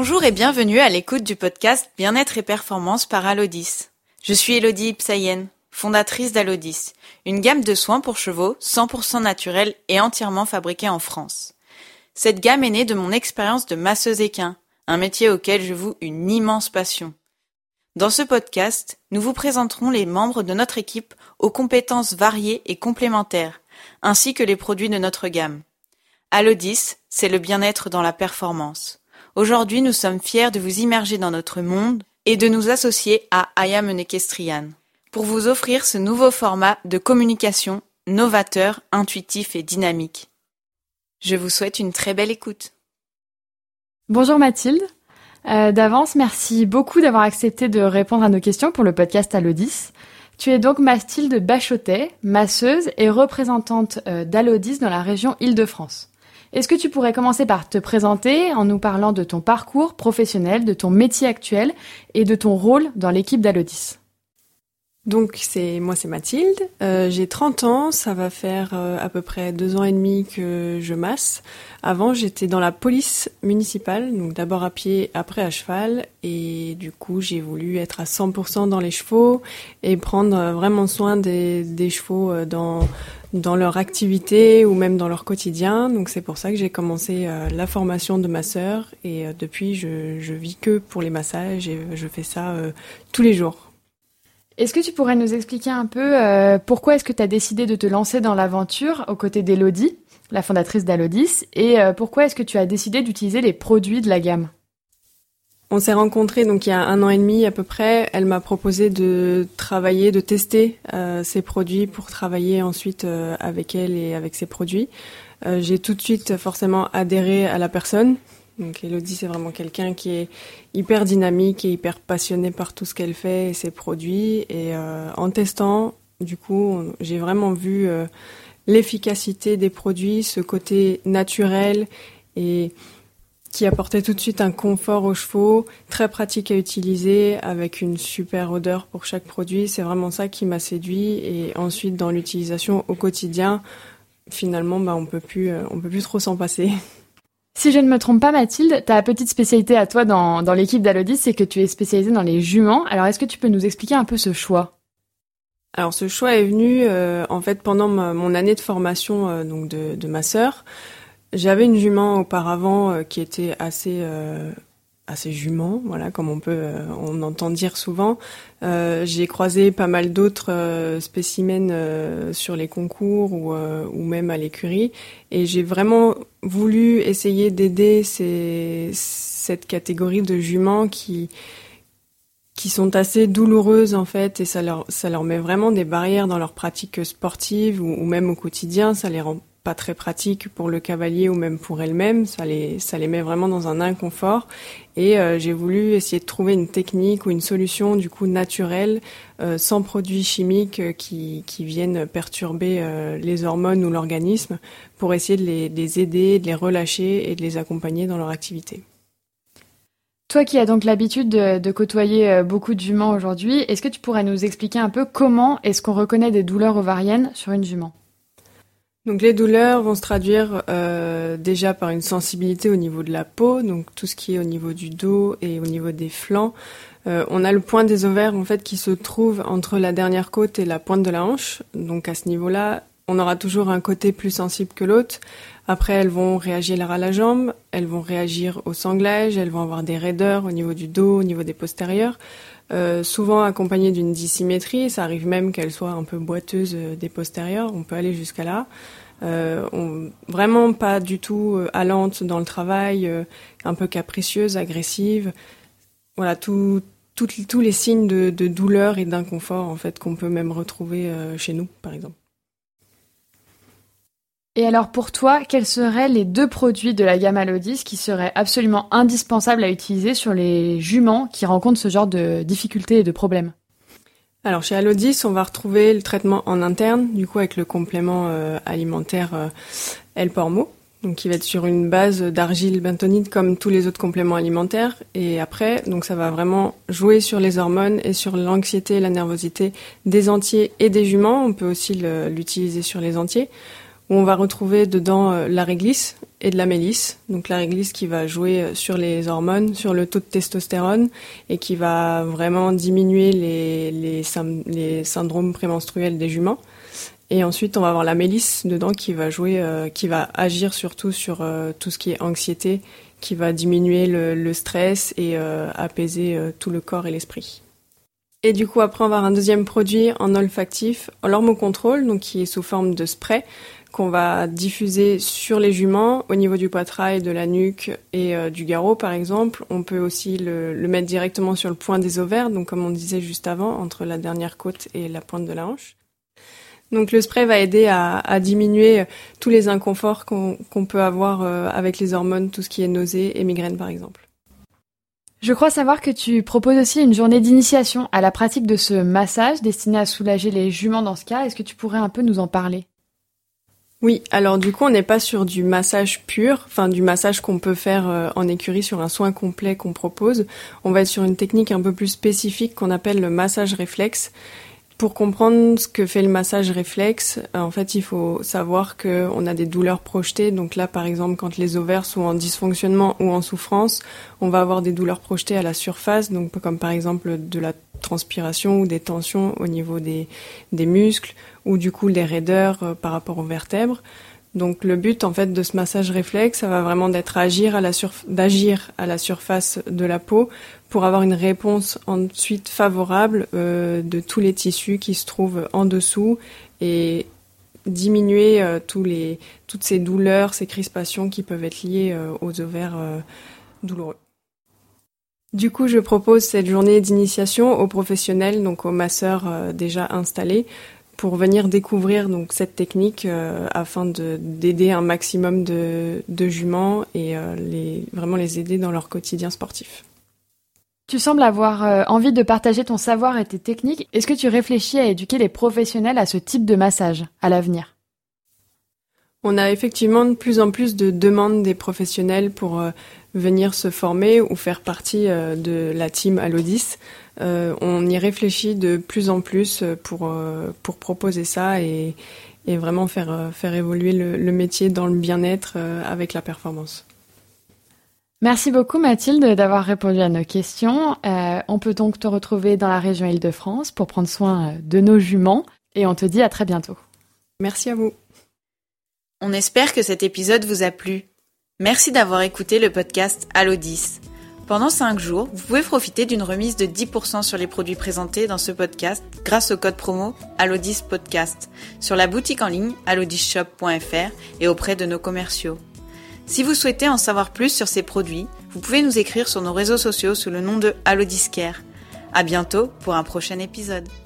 Bonjour et bienvenue à l'écoute du podcast Bien-être et performance par Alodis. Je suis Elodie Ipsayen, fondatrice d'Alodis, une gamme de soins pour chevaux 100% naturels et entièrement fabriqués en France. Cette gamme est née de mon expérience de masseuse équin, un métier auquel je voue une immense passion. Dans ce podcast, nous vous présenterons les membres de notre équipe aux compétences variées et complémentaires, ainsi que les produits de notre gamme. Alodis, c'est le bien-être dans la performance. Aujourd'hui, nous sommes fiers de vous immerger dans notre monde et de nous associer à I Am an Equestrian pour vous offrir ce nouveau format de communication novateur, intuitif et dynamique. Je vous souhaite une très belle écoute. Bonjour Mathilde. D'avance, merci beaucoup d'avoir accepté de répondre à nos questions pour le podcast Alodis. Tu es donc Mathilde Bachotet, masseuse et représentante d'Alodis dans la région Île-de-France. Est-ce que tu pourrais commencer par te présenter en nous parlant de ton parcours professionnel, de ton métier actuel et de ton rôle dans l'équipe d'Alodis ? Donc c'est Mathilde, j'ai 30 ans, ça va faire à peu près 2 ans et demi que je masse. Avant j'étais dans la police municipale, donc d'abord à pied, après à cheval, et du coup j'ai voulu être à 100% dans les chevaux et prendre vraiment soin des chevaux dans leur activité ou même dans leur quotidien. Donc c'est pour ça que j'ai commencé la formation de masseur et depuis je vis que pour les massages et je fais ça tous les jours. Est-ce que tu pourrais nous expliquer un peu pourquoi est-ce que tu as décidé de te lancer dans l'aventure aux côtés d'Elodie, la fondatrice d'Alodis, et pourquoi est-ce que tu as décidé d'utiliser les produits de la gamme ? On s'est rencontrés donc il y a 1 an et demi à peu près. Elle m'a proposé de travailler, de tester ses produits pour travailler ensuite avec elle et avec ses produits. J'ai tout de suite forcément adhéré à la personne. Donc Elodie, c'est vraiment quelqu'un qui est hyper dynamique et hyper passionné par tout ce qu'elle fait et ses produits. Et en testant, du coup, j'ai vraiment vu l'efficacité des produits, ce côté naturel et qui apportait tout de suite un confort aux chevaux, très pratique à utiliser, avec une super odeur pour chaque produit. C'est vraiment ça qui m'a séduit. Et ensuite, dans l'utilisation au quotidien, finalement, on peut plus trop s'en passer. Si je ne me trompe pas Mathilde, ta petite spécialité à toi dans l'équipe d'Alodis, c'est que tu es spécialisée dans les juments. Alors est-ce que tu peux nous expliquer un peu ce choix ? Alors ce choix est venu en fait pendant mon année de formation donc de masseur. J'avais une jument auparavant qui était assez jument, voilà, comme on entend dire souvent. J'ai croisé pas mal d'autres spécimens sur les concours ou même à l'écurie, et j'ai vraiment voulu essayer d'aider cette catégorie de juments qui sont assez douloureuses en fait, et ça leur met vraiment des barrières dans leur pratique sportive ou même au quotidien. Ça les rend pas très pratique pour le cavalier ou même pour elle-même, ça les met vraiment dans un inconfort, et j'ai voulu essayer de trouver une technique ou une solution du coup naturelle, sans produits chimiques qui viennent perturber les hormones ou l'organisme, pour essayer de les aider, de les relâcher et de les accompagner dans leur activité. Toi qui as donc l'habitude de côtoyer beaucoup de juments aujourd'hui, est-ce que tu pourrais nous expliquer un peu comment est-ce qu'on reconnaît des douleurs ovariennes sur une jument ? Donc les douleurs vont se traduire déjà par une sensibilité au niveau de la peau, donc tout ce qui est au niveau du dos et au niveau des flancs. On a le point des ovaires en fait qui se trouve entre la dernière côte et la pointe de la hanche. Donc à ce niveau-là, on aura toujours un côté plus sensible que l'autre. Après, elles vont réagir à la jambe, elles vont réagir au sanglage, elles vont avoir des raideurs au niveau du dos, au niveau des postérieurs. Souvent accompagnées d'une dissymétrie, ça arrive même qu'elles soient un peu boiteuses des postérieurs, on peut aller jusqu'à là. Vraiment pas du tout allante dans le travail, un peu capricieuse, agressive. Voilà, tous les signes de douleur et d'inconfort en fait qu'on peut même retrouver chez nous, par exemple. Et alors pour toi, quels seraient les 2 produits de la gamme Alodis qui seraient absolument indispensables à utiliser sur les juments qui rencontrent ce genre de difficultés et de problèmes ? Alors chez Alodis, on va retrouver le traitement en interne, du coup avec le complément alimentaire L-Pormo, donc qui va être sur une base d'argile bentonite comme tous les autres compléments alimentaires. Et après, donc ça va vraiment jouer sur les hormones et sur l'anxiété et la nervosité des entiers et des juments. On peut aussi l'utiliser sur les entiers. où on va retrouver dedans la réglisse et de la mélisse. Donc la réglisse qui va jouer sur les hormones, sur le taux de testostérone et qui va vraiment diminuer les syndromes prémenstruels des juments. Et ensuite, on va avoir la mélisse dedans qui va jouer, qui va agir surtout sur tout ce qui est anxiété, qui va diminuer le stress et apaiser tout le corps et l'esprit. Et du coup, après, on va avoir un deuxième produit en olfactif, l'hormocontrôle, donc qui est sous forme de spray, qu'on va diffuser sur les juments, au niveau du poitrail, de la nuque et du garrot, par exemple. On peut aussi le mettre directement sur le point des ovaires, donc comme on disait juste avant, entre la dernière côte et la pointe de la hanche. Donc le spray va aider à diminuer tous les inconforts qu'on peut avoir avec les hormones, tout ce qui est nausées et migraines, par exemple. Je crois savoir que tu proposes aussi une journée d'initiation à la pratique de ce massage destiné à soulager les juments dans ce cas. Est-ce que tu pourrais un peu nous en parler ? Oui, alors du coup, on n'est pas sur du massage pur, enfin du massage qu'on peut faire en écurie sur un soin complet qu'on propose. On va être sur une technique un peu plus spécifique qu'on appelle le massage réflexe. Pour comprendre ce que fait le massage réflexe, en fait, il faut savoir qu'on a des douleurs projetées. Donc là, par exemple, quand les ovaires sont en dysfonctionnement ou en souffrance, on va avoir des douleurs projetées à la surface, donc comme par exemple de la transpiration ou des tensions au niveau des muscles ou du coup des raideurs par rapport aux vertèbres. Donc le but en fait de ce massage réflexe, ça va vraiment d'agir à la surface de la peau pour avoir une réponse ensuite favorable de tous les tissus qui se trouvent en dessous et diminuer toutes ces douleurs, ces crispations qui peuvent être liées aux ovaires douloureux. Du coup, je propose cette journée d'initiation aux professionnels, donc aux masseurs déjà installés, pour venir découvrir donc cette technique afin d'aider un maximum de juments et vraiment les aider dans leur quotidien sportif. Tu sembles avoir envie de partager ton savoir et tes techniques. Est-ce que tu réfléchis à éduquer les professionnels à ce type de massage à l'avenir ? On a effectivement de plus en plus de demandes des professionnels pour venir se former ou faire partie de la team Alodis. On y réfléchit de plus en plus pour proposer ça et vraiment faire évoluer le métier dans le bien-être avec la performance. Merci beaucoup Mathilde d'avoir répondu à nos questions. On peut donc te retrouver dans la région Île-de-France pour prendre soin de nos juments et on te dit à très bientôt. Merci à vous. On espère que cet épisode vous a plu. Merci d'avoir écouté le podcast Alodis. Pendant 5 jours, vous pouvez profiter d'une remise de 10% sur les produits présentés dans ce podcast grâce au code promo Alodis Podcast sur la boutique en ligne alodisshop.fr et auprès de nos commerciaux. Si vous souhaitez en savoir plus sur ces produits, vous pouvez nous écrire sur nos réseaux sociaux sous le nom de Alodis Care. À bientôt pour un prochain épisode.